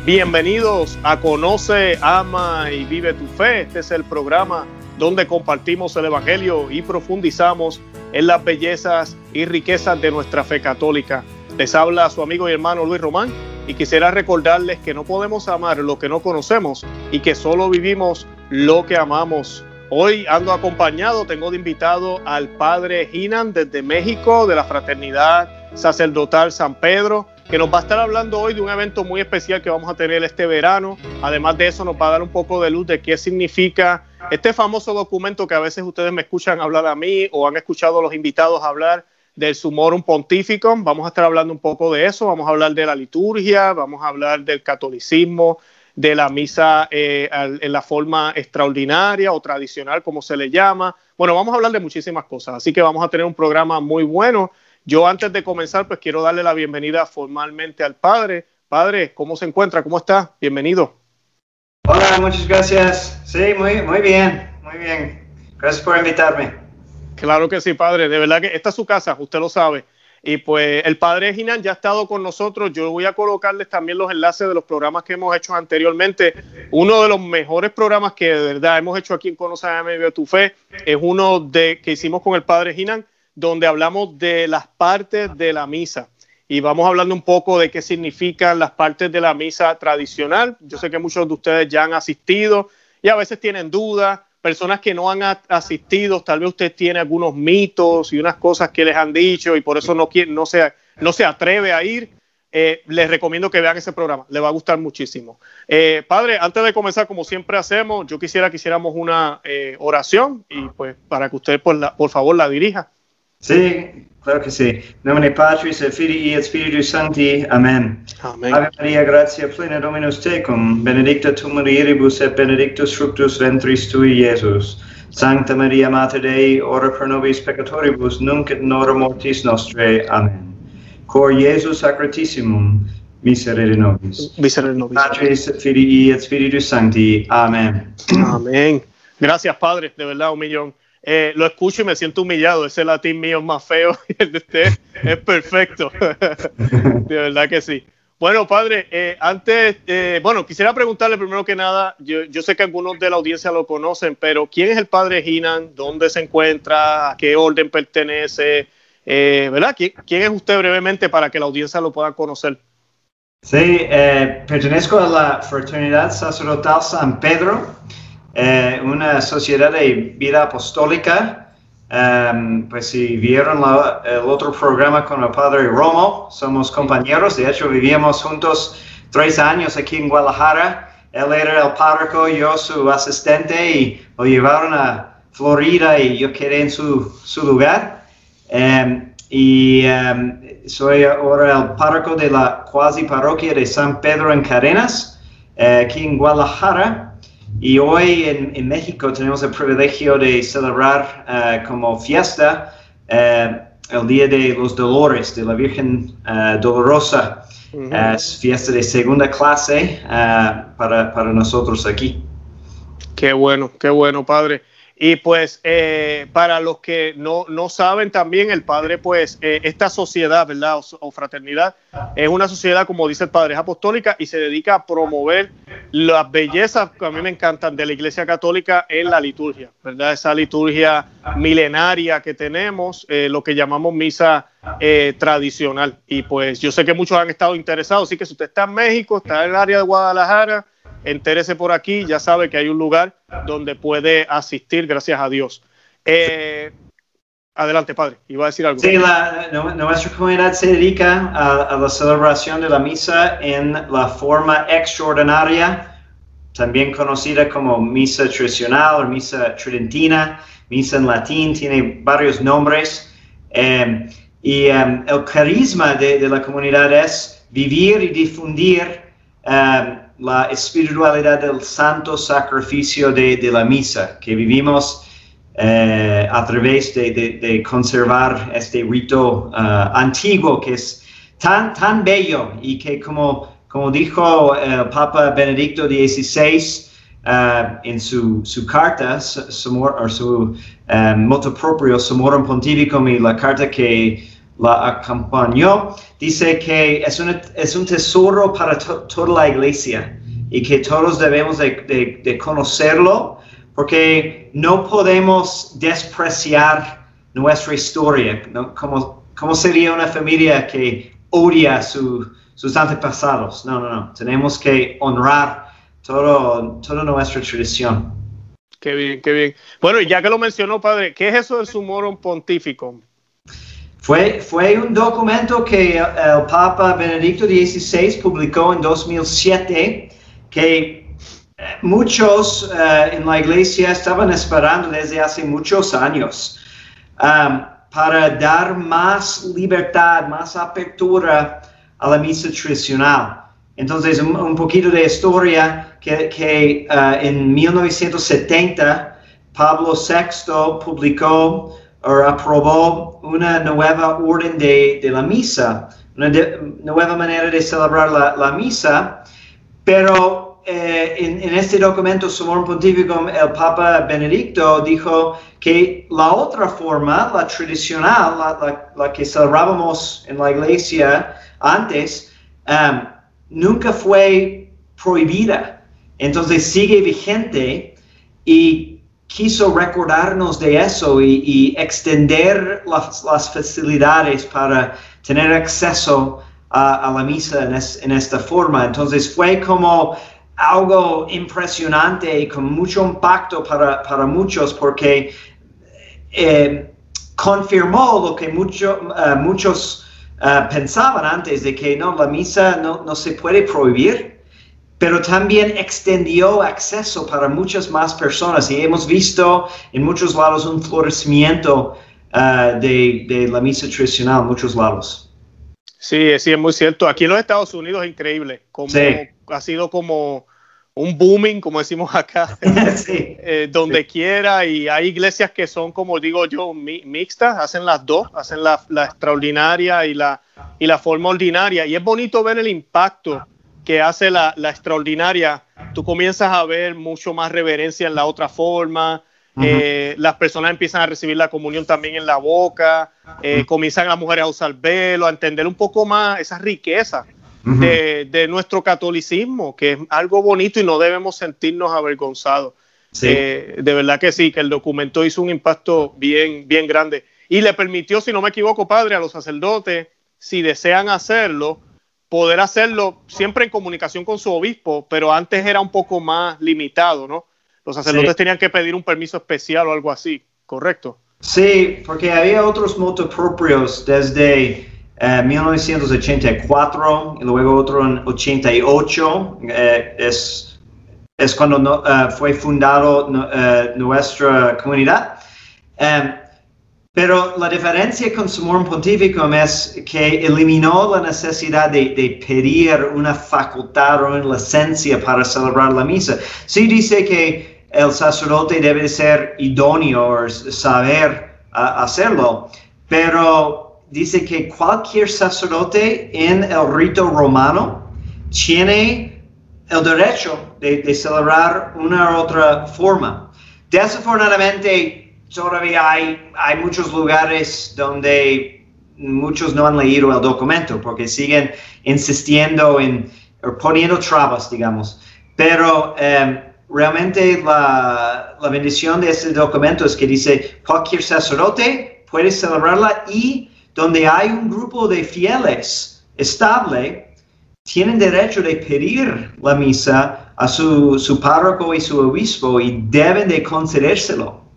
Bienvenidos a Conoce, Ama y Vive tu Fe. Este es el programa donde compartimos el Evangelio y profundizamos en las bellezas y riquezas de nuestra fe católica. Les habla su amigo y hermano Luis Román y quisiera recordarles que no podemos amar lo que no conocemos y que solo vivimos lo que amamos. Hoy ando acompañado, tengo de invitado al Padre Hinan desde México, de la Fraternidad Sacerdotal San Pedro, que nos va a estar hablando hoy de un evento muy especial que vamos a tener este verano. Además de eso, nos va a dar un poco de luz de qué significa este famoso documento que a veces ustedes me escuchan hablar a mí o han escuchado a los invitados hablar del Summorum Pontificum. Vamos a estar hablando un poco de eso, vamos a hablar de la liturgia, vamos a hablar del catolicismo, de la misa en la forma extraordinaria o tradicional, como se le llama. Bueno, vamos a hablar de muchísimas cosas, así que vamos a tener un programa muy bueno. Yo antes de comenzar, pues quiero darle la bienvenida formalmente al Padre. Padre, ¿cómo se encuentra? ¿Cómo está? Bienvenido. Hola, muchas gracias. Sí, muy bien, muy bien. Gracias por invitarme. Claro que sí, Padre. De verdad que esta es su casa, usted lo sabe. Y pues el Padre Hinan ya ha estado con nosotros. Yo voy a colocarles también los enlaces de los programas que hemos hecho anteriormente. Uno de los mejores programas que de verdad hemos hecho aquí en Conoce, Ama y Vive tu Fe es uno que hicimos con el Padre Hinan, donde hablamos de las partes de la misa y vamos hablando un poco de qué significan las partes de la misa tradicional. Yo sé que muchos de ustedes ya han asistido y a veces tienen dudas, personas que no han asistido, tal vez usted tiene algunos mitos y unas cosas que les han dicho y por eso no se atreve a ir. Les recomiendo que vean ese programa, les va a gustar muchísimo. Padre, antes de comenzar, como siempre hacemos, yo quisiera que hiciéramos una oración y pues para que usted por favor la dirija. Sí, claro que sí. Nomine Patris et Filii et Spiritus Sancti. Amen. Amen. Ave Maria, gratia plena Dominus tecum, benedicta tu mulieribus et benedictus fructus ventris tui, Iesus. Sancta Maria Mater Dei, ora pro nobis peccatoribus, nunc et in hora mortis nostrae. Amen. Cor Iesus sacratissimum, miserere nobis. Miserere nobis. Patris et Filii et Spiritus Sancti. Amen. Amén. Gracias, Padre, de verdad, un millón. Lo escucho y me siento humillado. Ese latín mío es más feo y el de usted es perfecto. De verdad que sí. Bueno, Padre, quisiera preguntarle primero que nada, yo sé que algunos de la audiencia lo conocen, pero ¿quién es el Padre Hinan? ¿Dónde se encuentra? ¿A qué orden pertenece? ¿Verdad? ¿Quién es usted brevemente para que la audiencia lo pueda conocer? Sí, pertenezco a la Fraternidad Sacerdotal San Pedro, una sociedad de vida apostólica. Pues si vieron el otro programa con el Padre Romo, somos compañeros. De hecho, vivíamos juntos 3 años aquí en Guadalajara. Él era el párroco, yo su asistente, y lo llevaron a Florida y yo quedé en su lugar. Soy ahora el párroco de la cuasi parroquia de San Pedro en Cadenas, aquí en Guadalajara. Y hoy en México tenemos el privilegio de celebrar como fiesta el Día de los Dolores de la Virgen Dolorosa. Es fiesta de segunda clase para nosotros aquí. Qué bueno, Padre. Y pues para los que no saben también, el Padre, pues esta sociedad, ¿verdad? O fraternidad, es una sociedad, como dice el Padre, es apostólica y se dedica a promover las bellezas que a mí me encantan de la Iglesia Católica en la liturgia, ¿verdad? Esa liturgia milenaria que tenemos, lo que llamamos misa tradicional. Y pues yo sé que muchos han estado interesados, así que si usted está en México, está en el área de Guadalajara, entérese por aquí, ya sabe que hay un lugar donde puede asistir, gracias a Dios. Adelante, Padre, iba a decir algo. Sí, nuestra comunidad se dedica a la celebración de la misa en la forma extraordinaria, también conocida como misa tradicional o misa tridentina, misa en latín, tiene varios nombres. El carisma de la comunidad es vivir y difundir la espiritualidad del santo sacrificio de la misa, que vivimos a través de conservar este rito antiguo que es tan bello y que como dijo el Papa Benedicto XVI en su carta, su motu proprio, Summorum Pontificum, y la carta que la acompañó, dice que es un tesoro para toda la iglesia y que todos debemos de conocerlo, porque no podemos despreciar nuestra historia, ¿no? ¿Cómo sería una familia que odia sus antepasados? No. Tenemos que honrar toda nuestra tradición. Qué bien, qué bien. Bueno, y ya que lo mencionó, padre, ¿qué es eso del Sumorum Pontificum? Fue un documento que el Papa Benedicto XVI publicó en 2007, que muchos en la iglesia estaban esperando desde hace muchos años, para dar más libertad, más apertura a la misa tradicional. Entonces, un poquito de historia, que en 1970 Pablo VI publicó o aprobó una nueva orden de la misa, una nueva manera de celebrar la misa, pero en este documento Sumorum Pontificum el Papa Benedicto dijo que la otra forma, la tradicional, la que celebrábamos en la iglesia antes, nunca fue prohibida, entonces sigue vigente, y quiso recordarnos de eso y extender las facilidades para tener acceso a la misa en esta forma. Entonces fue como algo impresionante y con mucho impacto para muchos, porque confirmó lo que muchos pensaban antes, de que no, la misa no se puede prohibir, pero también extendió acceso para muchas más personas, y hemos visto en muchos lados un florecimiento de la misa tradicional en muchos lados. Sí, es muy cierto. Aquí en los Estados Unidos es increíble, ha sido como un booming, como decimos acá, sí. Donde quiera, y hay iglesias que son, como digo yo, mixtas, hacen las dos, hacen la extraordinaria y la forma ordinaria, y es bonito ver el impacto que hace la extraordinaria. Tú comienzas a ver mucho más reverencia en la otra forma, las personas empiezan a recibir la comunión también en la boca, comienzan las mujeres a usar velo, a entender un poco más esa riqueza de nuestro catolicismo, que es algo bonito y no debemos sentirnos avergonzados. Sí. De verdad que sí, que el documento hizo un impacto bien, bien grande, y le permitió, si no me equivoco, padre, a los sacerdotes, si desean hacerlo, poder hacerlo siempre en comunicación con su obispo, pero antes era un poco más limitado, ¿no? Los sacerdotes tenían que pedir un permiso especial o algo así, ¿correcto? Sí, porque había otros motu proprios desde 1984 y luego otro en 88. Es cuando fue fundado nuestra comunidad. Pero la diferencia con Sumorum Pontificum es que eliminó la necesidad de pedir una facultad o una licencia para celebrar la misa. Sí dice que el sacerdote debe ser idóneo o saber hacerlo, pero dice que cualquier sacerdote en el rito romano tiene el derecho de celebrar una u otra forma. Desafortunadamente, todavía hay muchos lugares donde muchos no han leído el documento porque siguen insistiendo poniendo trabas, digamos. Pero realmente la bendición de este documento es que dice cualquier sacerdote puede celebrarla, y donde hay un grupo de fieles estable, tienen derecho de pedir la misa a su párroco y su obispo, y deben de concedérselo.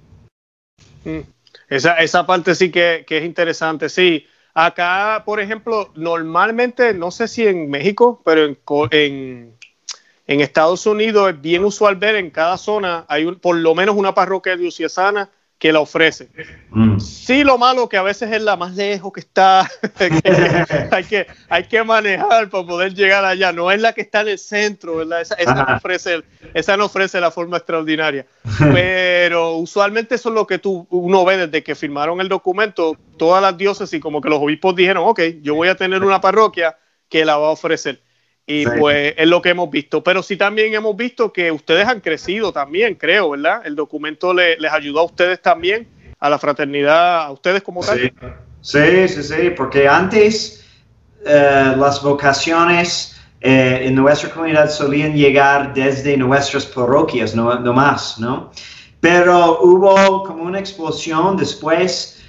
Esa parte sí que es interesante. Sí, acá, por ejemplo, normalmente, no sé si en México, pero en Estados Unidos es bien usual ver en cada zona hay por lo menos una parroquia diocesana que la ofrece. Sí, lo malo que a veces es la más lejos que está, hay que manejar para poder llegar allá. No es la que está en el centro, ¿verdad? Esa no ofrece la forma extraordinaria. Pero usualmente eso es lo que uno ve desde que firmaron el documento. Todas las diócesis, como que los obispos dijeron, ok, yo voy a tener una parroquia que la va a ofrecer. Y sí, pues es lo que hemos visto. Pero sí también hemos visto que ustedes han crecido también, creo, ¿verdad? El documento les ayudó a ustedes también, a la fraternidad, a ustedes como tal. Sí, porque antes las vocaciones en nuestra comunidad solían llegar desde nuestras parroquias, no más, ¿no? Pero hubo como una explosión después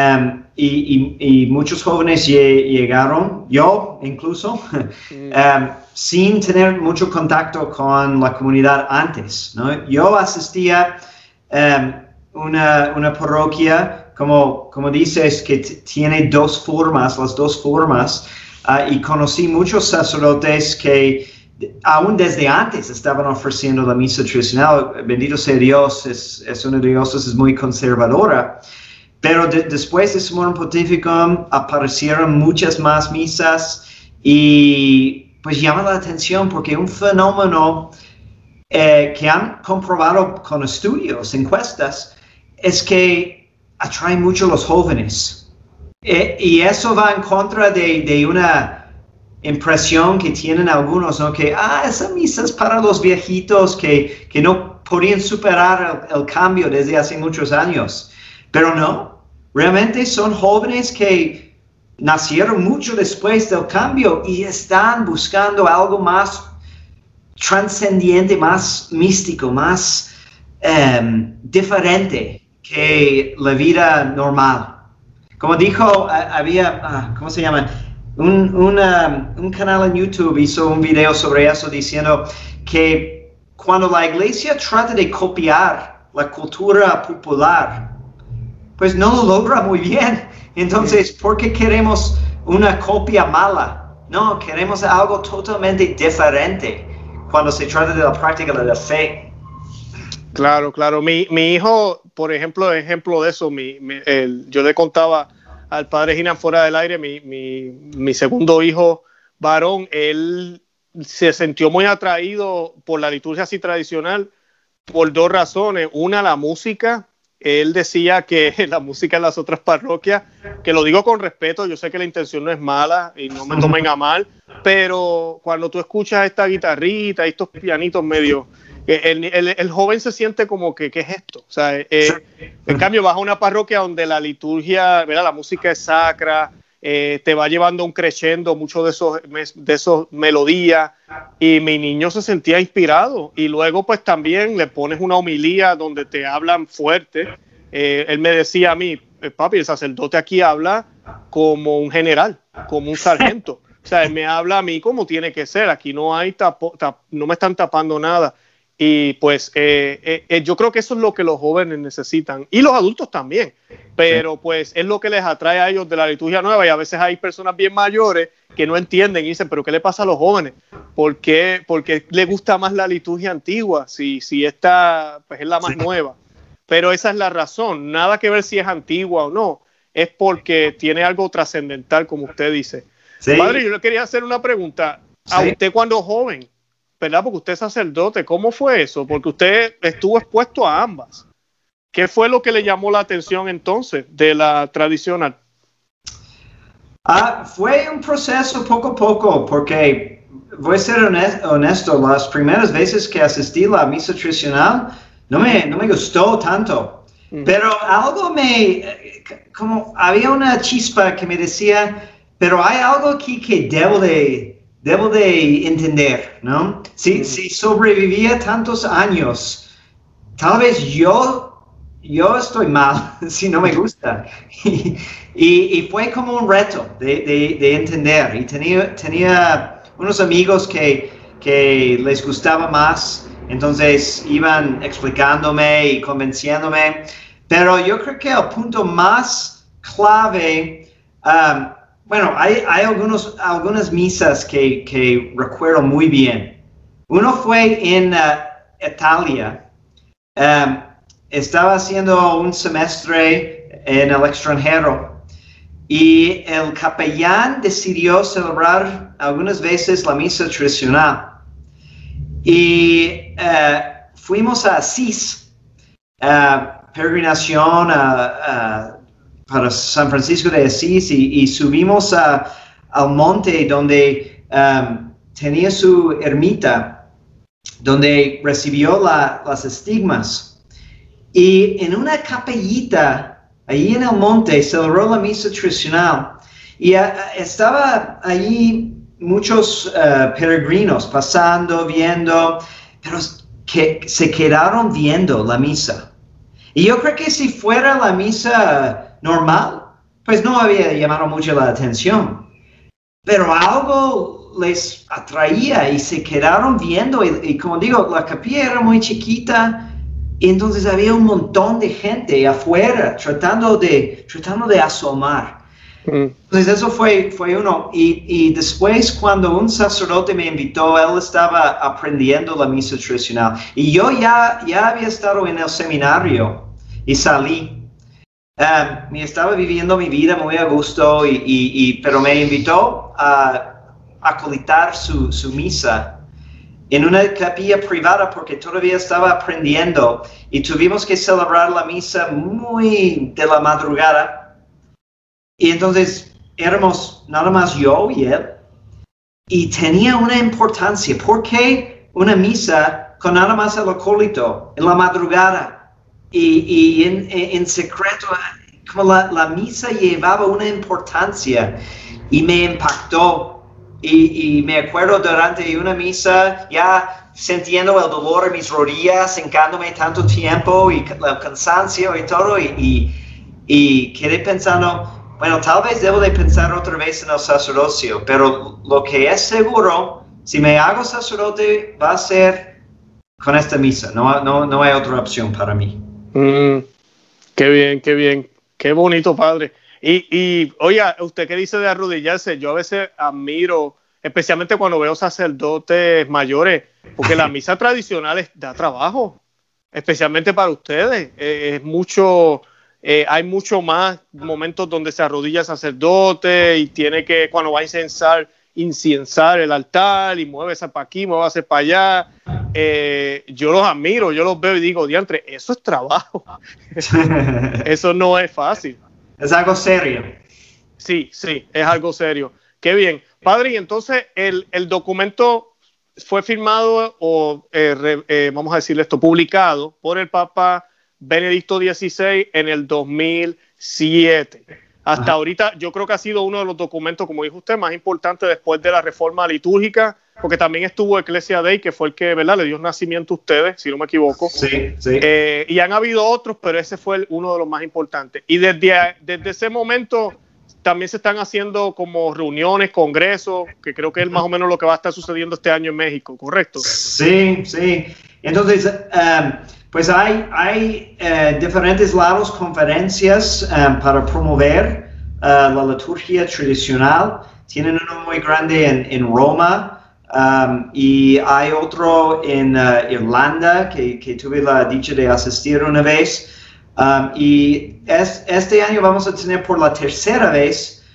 y muchos jóvenes llegaron, yo incluso, sin tener mucho contacto con la comunidad antes, ¿no? Yo asistía una parroquia, como dices, que tiene las dos formas, y conocí muchos sacerdotes que aún desde antes estaban ofreciendo la misa tradicional. Bendito sea Dios, es una diócesis muy conservadora. Pero después de Sumorum Pontificum aparecieron muchas más misas y pues llama la atención porque un fenómeno que han comprobado con estudios, encuestas, es que atrae mucho a los jóvenes. Y eso va en contra de una impresión que tienen algunos, ¿no? Que esa misa es para los viejitos que no podían superar el cambio desde hace muchos años. Pero no, realmente son jóvenes que nacieron mucho después del cambio y están buscando algo más trascendiente, más místico, más diferente que la vida normal. Como dijo, había, ¿cómo se llama? Un canal en YouTube hizo un video sobre eso diciendo que cuando la iglesia trata de copiar la cultura popular, pues no lo logra muy bien. Entonces, ¿por qué queremos una copia mala? No, queremos algo totalmente diferente cuando se trata de la práctica de la fe. Claro. Mi hijo, por ejemplo de eso, yo le contaba al padre Ginan fuera del aire, mi segundo hijo varón, él se sintió muy atraído por la liturgia así tradicional por dos razones. Una, la música. Él decía que la música en las otras parroquias, que lo digo con respeto, yo sé que la intención no es mala y no me tomen a mal, pero cuando tú escuchas esta guitarrita y estos pianitos medio, el joven se siente como que, ¿qué es esto? O sea, en cambio vas a una parroquia donde la liturgia, ¿verdad? La música es sacra, te va llevando un crescendo, mucho de esos melodías, y mi niño se sentía inspirado. Y luego pues también le pones una homilía donde te hablan fuerte. Él me decía a mí, papi, el sacerdote aquí habla como un general, como un sargento. O sea, él me habla a mí como tiene que ser. Aquí no hay no me están tapando nada. Y pues yo creo que eso es lo que los jóvenes necesitan y los adultos también, pero pues es lo que les atrae a ellos de la liturgia nueva. Y a veces hay personas bien mayores que no entienden y dicen, pero ¿qué le pasa a los jóvenes? ¿Por qué les gusta más la liturgia antigua si esta pues es la más nueva? Pero esa es la razón, nada que ver si es antigua o no, es porque tiene algo trascendental, como usted dice. Padre, yo le quería hacer una pregunta a usted cuando joven, ¿verdad? Porque usted es sacerdote, ¿cómo fue eso? Porque usted estuvo expuesto a ambas. ¿Qué fue lo que le llamó la atención entonces de la tradicional? Fue un proceso poco a poco, porque voy a ser honesto, las primeras veces que asistí a la misa tradicional no me gustó tanto, pero algo como había una chispa que me decía, pero hay algo aquí que debo de entender, ¿no? Si sobrevivía tantos años, tal vez yo estoy mal si no me gusta. Y fue como un reto de entender. Y tenía unos amigos que les gustaba más, entonces iban explicándome y convenciéndome. Pero yo creo que el punto más clave, bueno, hay algunas misas que recuerdo muy bien. Uno fue en Italia. Estaba haciendo un semestre en el extranjero y el capellán decidió celebrar algunas veces la misa tradicional. Y fuimos a Asís, peregrinación para San Francisco de Asís y subimos al monte donde tenía su ermita, donde recibió las estigmas. Y en una capellita allí en el monte, celebró la misa tradicional y estaba allí muchos peregrinos pasando, viendo, pero que se quedaron viendo la misa. Y yo creo que si fuera la misa normal, pues no había llamado mucho la atención. Pero algo les atraía y se quedaron viendo. Y como digo, la capilla era muy chiquita y entonces había un montón de gente afuera tratando de asomar. Entonces eso fue uno. Y después cuando un sacerdote me invitó, él estaba aprendiendo la misa tradicional. Y yo ya había estado en el seminario y salí. Y estaba viviendo mi vida muy a gusto, pero me invitó a acolitar su misa en una capilla privada porque todavía estaba aprendiendo y tuvimos que celebrar la misa muy de la madrugada. Y entonces éramos nada más yo y él. Y tenía una importancia. ¿Por qué una misa con nada más el acólito en la madrugada? Y en secreto, como la misa llevaba una importancia y me impactó. Y me acuerdo durante una misa ya sintiendo el dolor en mis rodillas, hincándome tanto tiempo y el cansancio y todo. Y quedé pensando, bueno, tal vez debo de pensar otra vez en el sacerdocio, pero lo que es seguro, si me hago sacerdote, va a ser con esta misa. No hay otra opción para mí. Qué bien. Qué bonito, padre. Y oiga, ¿usted qué dice de arrodillarse? Yo a veces admiro, especialmente cuando veo sacerdotes mayores, porque la misa tradicional da trabajo, especialmente para ustedes. Hay mucho más momentos donde se arrodilla el sacerdote y tiene que, cuando va a incensar el altar y muévese para aquí, muévase para allá. Yo los admiro, yo los veo y digo, diantre, eso es trabajo. Eso no es fácil. Es algo serio. Sí, es algo serio. Qué bien. Padre, y entonces el documento fue firmado o, vamos a decirle esto, publicado por el Papa Benedicto XVI en el 2007. Hasta ahorita yo creo que ha sido uno de los documentos, como dijo usted, más importantes después de la reforma litúrgica, porque también estuvo Ecclesia Dei, que fue el que, ¿verdad?, le dio nacimiento a ustedes, si no me equivoco. Sí. Y han habido otros, pero ese fue uno de los más importantes. Y desde ese momento también se están haciendo como reuniones, congresos, que creo que es más o menos lo que va a estar sucediendo este año en México, ¿correcto? Sí. Entonces, pues hay diferentes lados, conferencias para promover la liturgia tradicional. Tienen uno muy grande en Roma y hay otro en Irlanda que tuve la dicha de asistir una vez. Y este año vamos a tener por la tercera vez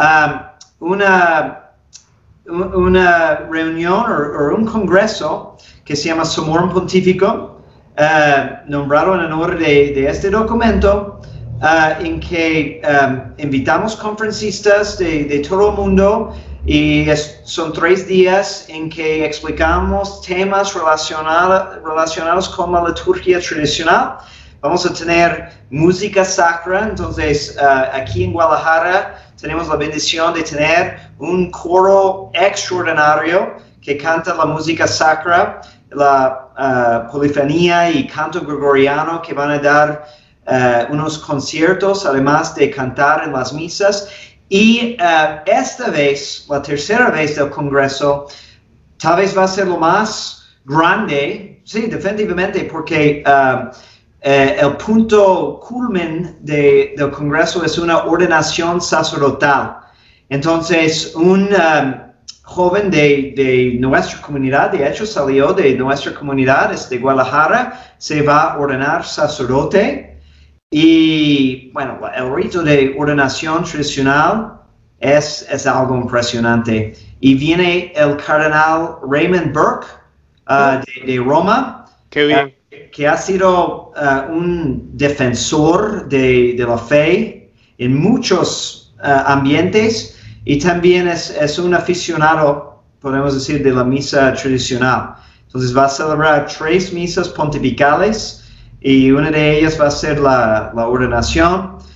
una reunión o un congreso que se llama Sumorum Pontifico, nombrado en honor de este documento, en que invitamos conferencistas de todo el mundo y son 3 días en que explicamos temas relacionados con la liturgia tradicional. Vamos a tener música sacra, entonces aquí en Guadalajara tenemos la bendición de tener un coro extraordinario que canta la música sacra, la polifonía y canto gregoriano, que van a dar unos conciertos, además de cantar en las misas. Y esta vez, la tercera vez del Congreso, tal vez va a ser lo más grande, sí, definitivamente, porque el punto culmen del Congreso es una ordenación sacerdotal. Entonces, un joven de nuestra comunidad, de hecho salió de nuestra comunidad, es de Guadalajara, se va a ordenar sacerdote. Y bueno, el rito de ordenación tradicional es algo impresionante. Y viene el cardenal Raymond Burke de Roma. Qué bien. Que ha sido un defensor de la fe en muchos ambientes y también es un aficionado, podemos decir, de la misa tradicional. Entonces va a celebrar 3 misas pontificales y una de ellas va a ser la ordenación.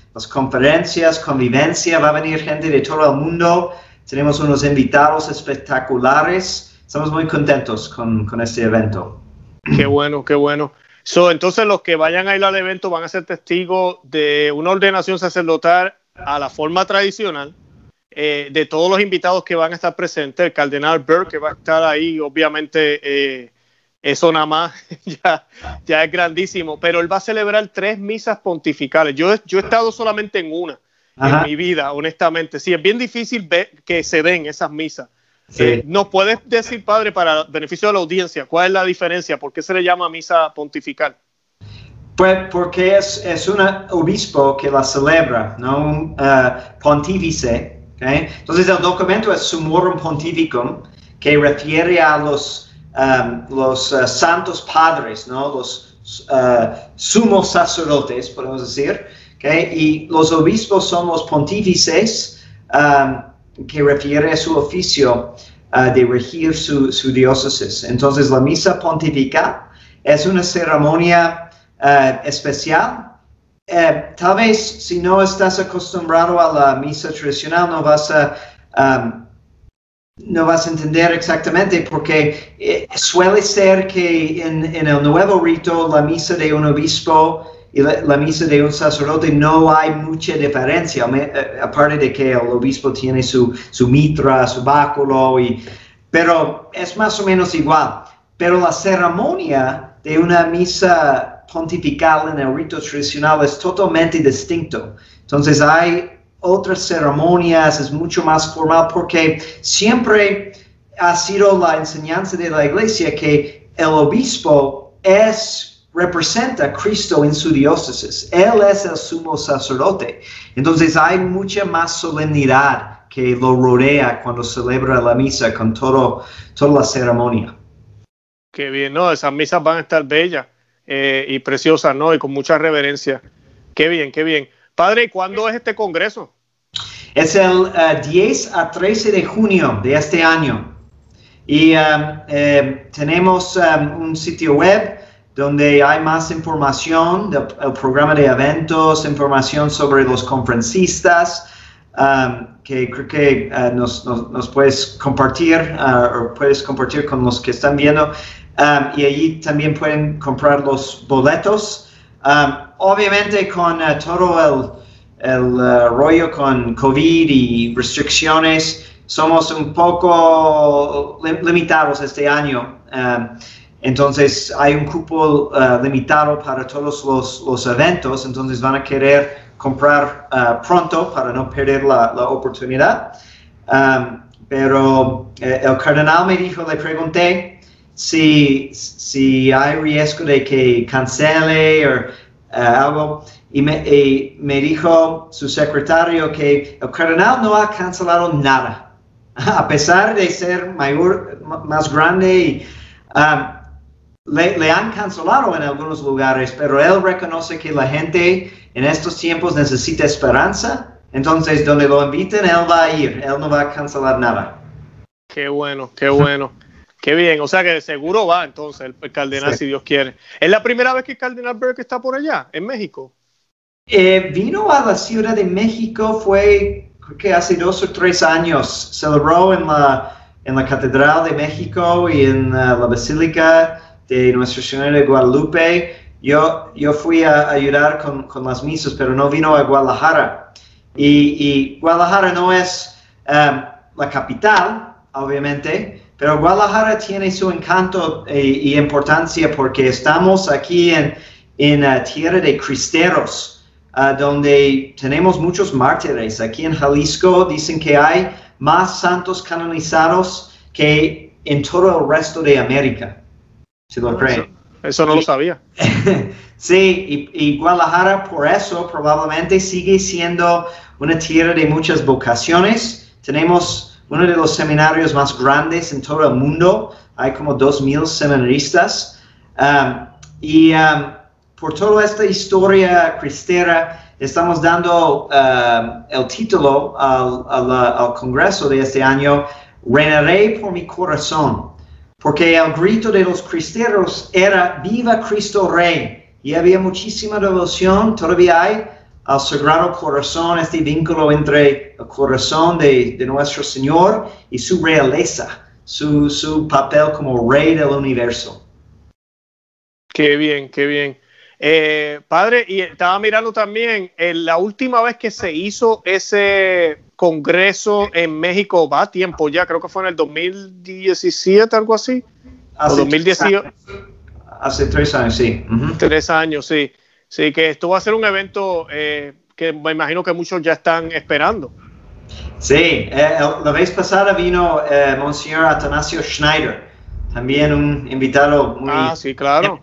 las conferencias, convivencia, va a venir gente de todo el mundo, tenemos unos invitados espectaculares, estamos muy contentos con este evento. Qué bueno, qué bueno. Entonces los que vayan a ir al evento van a ser testigos de una ordenación sacerdotal a la forma tradicional, de todos los invitados que van a estar presentes. El cardenal Burke, que va a estar ahí, obviamente eso nada más ya es grandísimo, pero él va a celebrar 3 misas pontificales. Yo he estado solamente en una en mi vida, honestamente. Sí, es bien difícil ver que se den esas misas. Sí. ¿Nos puedes decir, padre, para beneficio de la audiencia, cuál es la diferencia? ¿Por qué se le llama misa pontifical? Pues porque es un obispo que la celebra, no un pontífice. ¿Okay? Entonces el documento es Summorum Pontificum, que refiere a los santos padres, ¿no? Los sumos sacerdotes, podemos decir. ¿Okay? Y los obispos son los pontífices, que refiere a su oficio de regir su diócesis. Entonces la misa pontifical es una ceremonia especial. Tal vez si no estás acostumbrado a la misa tradicional no vas a entender exactamente, porque suele ser que en el nuevo rito la misa de un obispo y la misa de un sacerdote no hay mucha diferencia, aparte de que el obispo tiene su mitra, su báculo, pero es más o menos igual. Pero la ceremonia de una misa pontifical en el rito tradicional es totalmente distinto. Entonces hay otras ceremonias, es mucho más formal, porque siempre ha sido la enseñanza de la Iglesia que el obispo representa a Cristo en su diócesis. Él es el sumo sacerdote. Entonces hay mucha más solemnidad que lo rodea cuando celebra la misa con toda la ceremonia. Qué bien, ¿no? Esas misas van a estar bellas y preciosas, ¿no? Y con mucha reverencia. Qué bien, qué bien. Padre, ¿cuándo es este congreso? Es el 10 a 13 de junio de este año. Y tenemos un sitio web donde hay más información del programa de eventos, información sobre los conferencistas, que creo que nos puedes compartir, o puedes compartir con los que están viendo, y allí también pueden comprar los boletos. Obviamente con todo el rollo con COVID y restricciones, somos un poco limitados este año. Entonces hay un cupo limitado para todos los eventos, entonces van a querer comprar pronto para no perder la oportunidad. Pero el cardenal me dijo, le pregunté si hay riesgo de que cancele o algo, y me dijo su secretario que el cardenal no ha cancelado nada, a pesar de ser más grande y le han cancelado en algunos lugares, pero él reconoce que la gente en estos tiempos necesita esperanza, entonces donde lo inviten él va a ir, él no va a cancelar nada. Qué bueno, qué bueno, qué bien, o sea que seguro va entonces el cardenal, sí, si Dios quiere. ¿Es la primera vez que el cardenal Burke está por allá, en México? Vino a la Ciudad de México, fue creo que hace 2 o 3 años, celebró en la Catedral de México y en la Basílica de Nuestra Señora de Guadalupe. Yo fui a ayudar con las misas, pero no vino a Guadalajara. Y Guadalajara no es la capital, obviamente, pero Guadalajara tiene su encanto y importancia porque estamos aquí en tierra de cristeros, donde tenemos muchos mártires. Aquí en Jalisco dicen que hay más santos canonizados que en todo el resto de América. ¿Se lo creen? Eso no lo sabía. Sí, y Guadalajara por eso probablemente sigue siendo una tierra de muchas vocaciones. Tenemos uno de los seminarios más grandes en todo el mundo. Hay como 2,000 seminaristas. Por toda esta historia cristera, estamos dando el título al Congreso de este año, Reinaré por mi corazón. Porque el grito de los cristeros era, ¡Viva Cristo Rey! Y había muchísima devoción, todavía hay, al Sagrado Corazón, este vínculo entre el corazón de nuestro Señor y su realeza, su papel como Rey del universo. Qué bien, qué bien. Padre, y estaba mirando también, la última vez que se hizo ese congreso en México, va a tiempo ya, creo que fue en el 2017, algo así. O 2018. Hace 3 años, sí. 3 años, sí. Sí, que esto va a ser un evento que me imagino que muchos ya están esperando. Sí, la vez pasada vino Monseñor Atanasio Schneider, también un invitado muy sí, claro.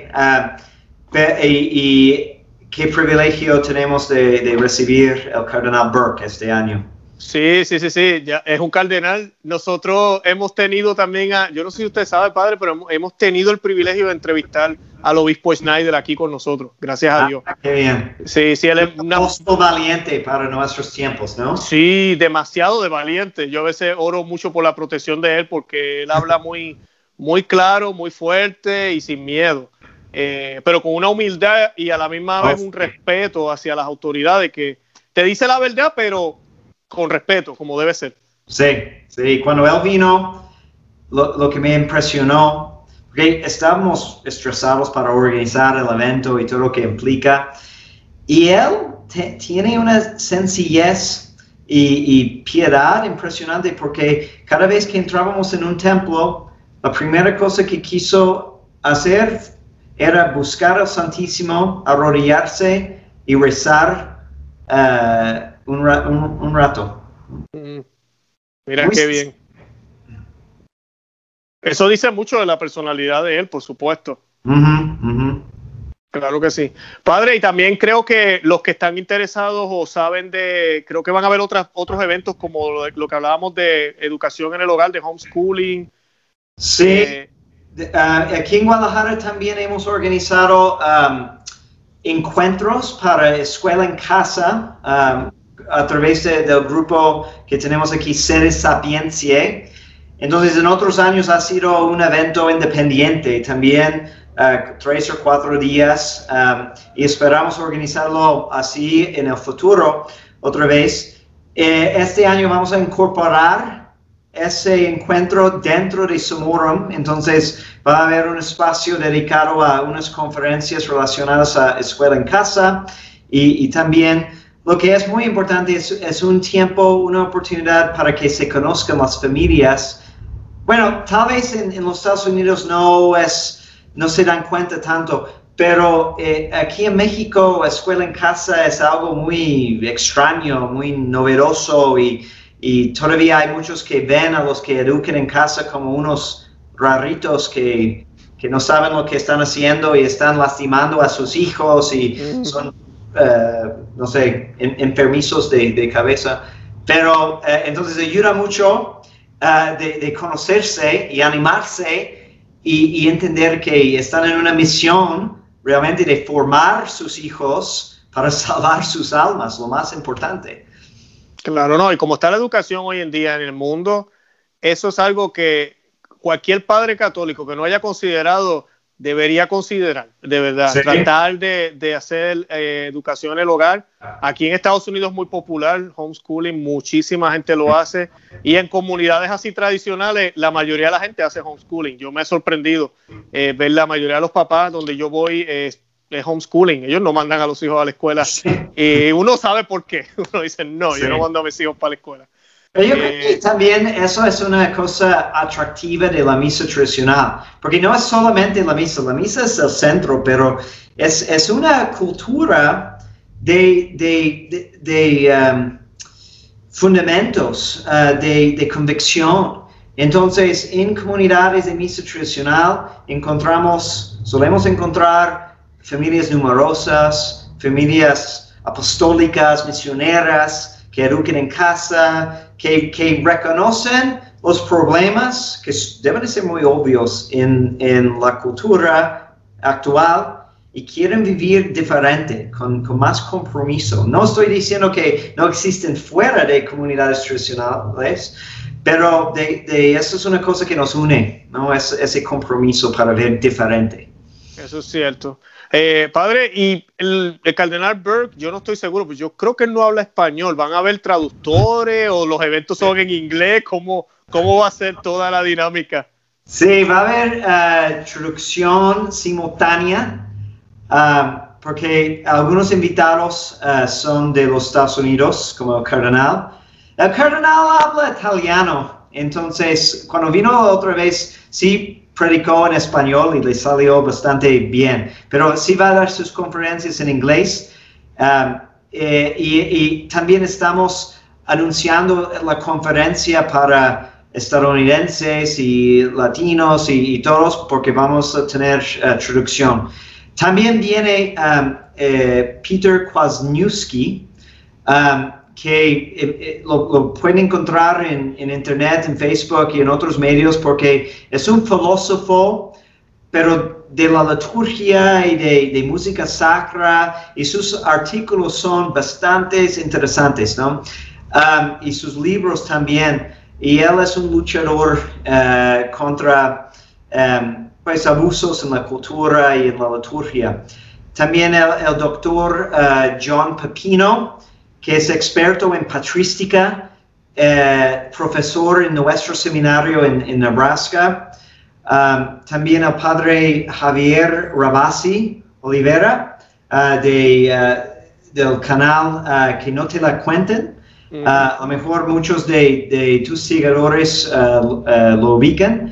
Y qué privilegio tenemos de recibir el Cardenal Burke este año. Sí, ya es un cardenal. Nosotros hemos tenido también, yo no sé si usted sabe, padre, pero hemos tenido el privilegio de entrevistar al obispo Schneider aquí con nosotros, gracias a Dios. Qué bien. Sí, él es un apóstol valiente para nuestros tiempos, ¿no? Sí, demasiado de valiente. Yo a veces oro mucho por la protección de él porque él habla muy, muy claro, muy fuerte y sin miedo. Pero con una humildad y a la misma vez un respeto hacia las autoridades que te dice la verdad, pero con respeto, como debe ser. Sí. Cuando él vino, lo que me impresionó, porque estábamos estresados para organizar el evento y todo lo que implica, y él tiene una sencillez y piedad impresionante, porque cada vez que entrábamos en un templo, la primera cosa que quiso hacer era buscar al Santísimo, arrodillarse y rezar un rato. Mira muy qué bien. Eso dice mucho de la personalidad de él, por supuesto. Claro que sí. Padre, y también creo que los que están interesados o saben creo que van a haber otros eventos como lo que hablábamos de educación en el hogar, de homeschooling. Sí. Aquí en Guadalajara también hemos organizado encuentros para escuela en casa a través del grupo que tenemos aquí, Sede Sapientiae. Entonces, en otros años ha sido un evento independiente, también 3 o 4 días, y esperamos organizarlo así en el futuro otra vez. Este año vamos a incorporar ese encuentro dentro de Summorum, entonces va a haber un espacio dedicado a unas conferencias relacionadas a escuela en casa y también lo que es muy importante es un tiempo, una oportunidad para que se conozcan las familias. Bueno, tal vez en los Estados Unidos no se dan cuenta tanto, pero aquí en México escuela en casa es algo muy extraño, muy novedoso y todavía hay muchos que ven a los que educan en casa como unos raritos que no saben lo que están haciendo y están lastimando a sus hijos y son, no sé, enfermizos de cabeza. Pero entonces ayuda mucho de conocerse y animarse y entender que están en una misión realmente de formar sus hijos para salvar sus almas, lo más importante. Claro, no, y como está la educación hoy en día en el mundo, eso es algo que cualquier padre católico que no haya considerado debería considerar, de verdad. Sí. Tratar de hacer educación en el hogar. Aquí en Estados Unidos es muy popular, homeschooling, muchísima gente lo hace, y en comunidades así tradicionales, la mayoría de la gente hace homeschooling. Yo me he sorprendido ver la mayoría de los papás donde yo voy es homeschooling, ellos no mandan a los hijos a la escuela, y uno sabe por qué. Uno dice, no, yo no mando a mis hijos para la escuela. Pero yo creo que también eso es una cosa atractiva de la misa tradicional, porque no es solamente la misa es el centro, pero es una cultura de fundamentos, de convicción. Entonces, en comunidades de misa tradicional solemos encontrar familias numerosas, familias apostólicas, misioneras, que eduquen en casa, que reconocen los problemas que deben de ser muy obvios en la cultura actual y quieren vivir diferente, con más compromiso. No estoy diciendo que no existen fuera de comunidades tradicionales, pero eso es una cosa que nos une, ¿no? Ese compromiso para ver diferente. Eso es cierto. Padre, y el cardenal Burke, yo no estoy seguro, pues yo creo que él no habla español. ¿Van a haber traductores o los eventos son en inglés? ¿Cómo va a ser toda la dinámica? Sí, va a haber traducción simultánea, porque algunos invitados son de los Estados Unidos, como el cardenal. El cardenal habla italiano, entonces cuando vino otra vez, sí predicó en español y le salió bastante bien, pero sí va a dar sus conferencias en inglés. Y también estamos anunciando la conferencia para estadounidenses y latinos y todos, porque vamos a tener traducción. También viene Peter Kwasniewski, que lo pueden encontrar en internet, en Facebook y en otros medios, porque es un filósofo, pero de la liturgia y de música sacra, y sus artículos son bastante interesantes, ¿no? Y sus libros también. Y él es un luchador contra pues abusos en la cultura y en la liturgia. También el doctor John Pepino, que es experto en patrística, profesor en nuestro seminario en Nebraska. También el padre Javier Rabasi Olivera, del canal Que No Te La Cuenten. A lo mejor muchos de tus seguidores lo ubican.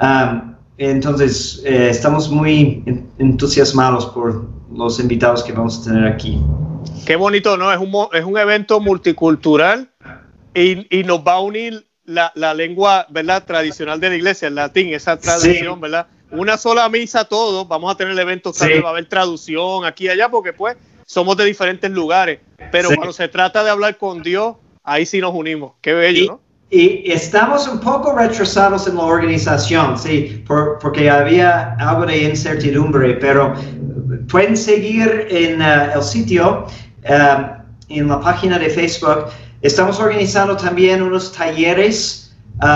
Entonces, estamos muy entusiasmados por los invitados que vamos a tener aquí. Qué bonito, ¿no? Es un evento multicultural y nos va a unir la lengua, ¿verdad?, tradicional de la iglesia, el latín, esa tradición, sí, ¿verdad? Una sola misa todos, vamos a tener eventos, sí, va a haber traducción aquí y allá, porque pues somos de diferentes lugares, pero sí, cuando se trata de hablar con Dios, ahí sí nos unimos. Qué bello, ¿no? Y estamos un poco retrasados en la organización, sí, porque había algo de incertidumbre, pero pueden seguir en el sitio, en la página de Facebook. Estamos organizando también unos talleres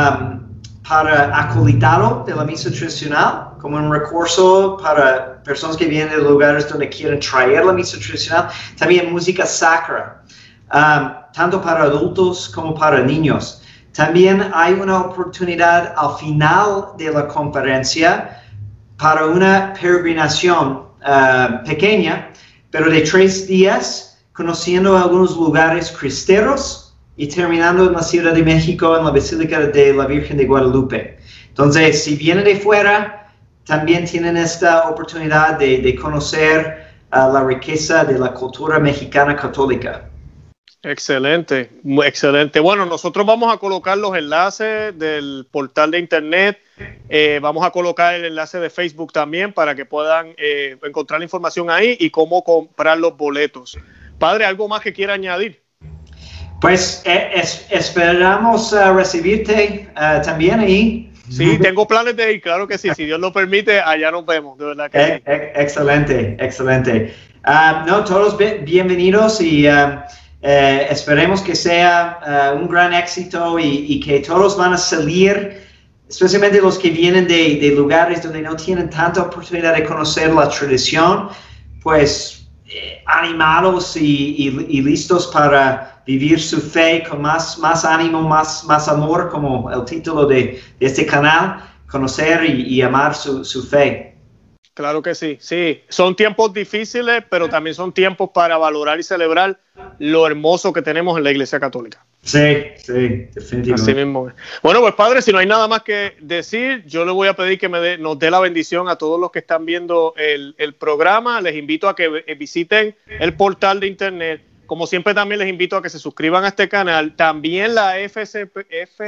para acolitado de la misa tradicional, como un recurso para personas que vienen de lugares donde quieren traer la misa tradicional. También música sacra, tanto para adultos como para niños. También hay una oportunidad al final de la conferencia para una peregrinación pequeña, pero de 3 días, conociendo algunos lugares cristeros y terminando en la Ciudad de México, en la Basílica de la Virgen de Guadalupe. Entonces, si vienen de fuera, también tienen esta oportunidad de conocer la riqueza de la cultura mexicana católica. Excelente, excelente. Bueno, nosotros vamos a colocar los enlaces del portal de internet, vamos a colocar el enlace de Facebook también para que puedan encontrar la información ahí y cómo comprar los boletos. Padre, ¿algo más que quiera añadir? Pues esperamos recibirte también ahí. Sí, tengo planes de ir, claro que sí, si Dios lo permite, allá nos vemos, de verdad que sí. Excelente, excelente. No, todos bienvenidos y esperemos que sea un gran éxito y que todos van a salir, especialmente los que vienen de lugares donde no tienen tanta oportunidad de conocer la tradición, pues animados y listos para vivir su fe con más ánimo, más amor, como el título de este canal, conocer y amar su fe. Claro que sí, sí. Son tiempos difíciles, pero también son tiempos para valorar y celebrar lo hermoso que tenemos en la Iglesia Católica. Sí, definitivamente. Así mismo. Bueno, pues Padre, si no hay nada más que decir, yo le voy a pedir que nos dé la bendición a todos los que están viendo el programa. Les invito a que visiten el portal de internet. Como siempre, también les invito a que se suscriban a este canal. También la FSSP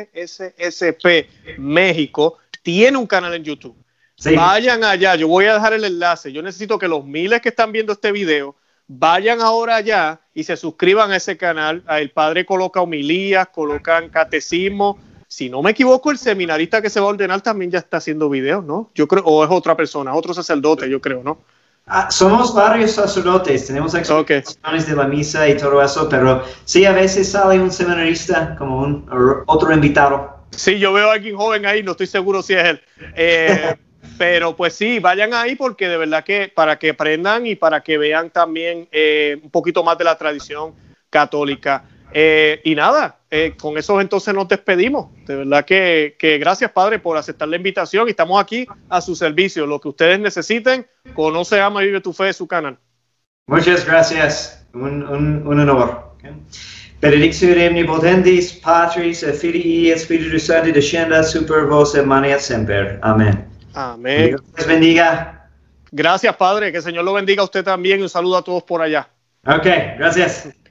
México tiene un canal en YouTube. Sí. Vayan allá, yo voy a dejar el enlace. Yo necesito que los miles que están viendo este video vayan ahora allá y se suscriban a ese canal. El padre coloca homilías, colocan catecismo. Si no me equivoco, el seminarista que se va a ordenar también ya está haciendo videos, ¿no? Yo creo, o es otra persona, otro sacerdote, yo creo, ¿no? Somos varios sacerdotes, tenemos explicaciones de la misa y todo eso, pero sí, a veces sale un seminarista como otro invitado. Sí, yo veo a alguien joven ahí, no estoy seguro si es él. Pero pues sí, vayan ahí porque de verdad que para que aprendan y para que vean también un poquito más de la tradición católica. Y nada, con eso entonces nos despedimos. De verdad que gracias, Padre, por aceptar la invitación y estamos aquí a su servicio. Lo que ustedes necesiten, Conoce, Ama y Vive tu Fe, su canal. Muchas gracias. Un honor. Okay. Benedictio omnipotentis, Patris, et Filii, et Spiritus Sancti, descenda super vos et manet semper. Amén. Amén. Dios les bendiga. Gracias, Padre. Que el Señor lo bendiga a usted también y un saludo a todos por allá. Ok, gracias.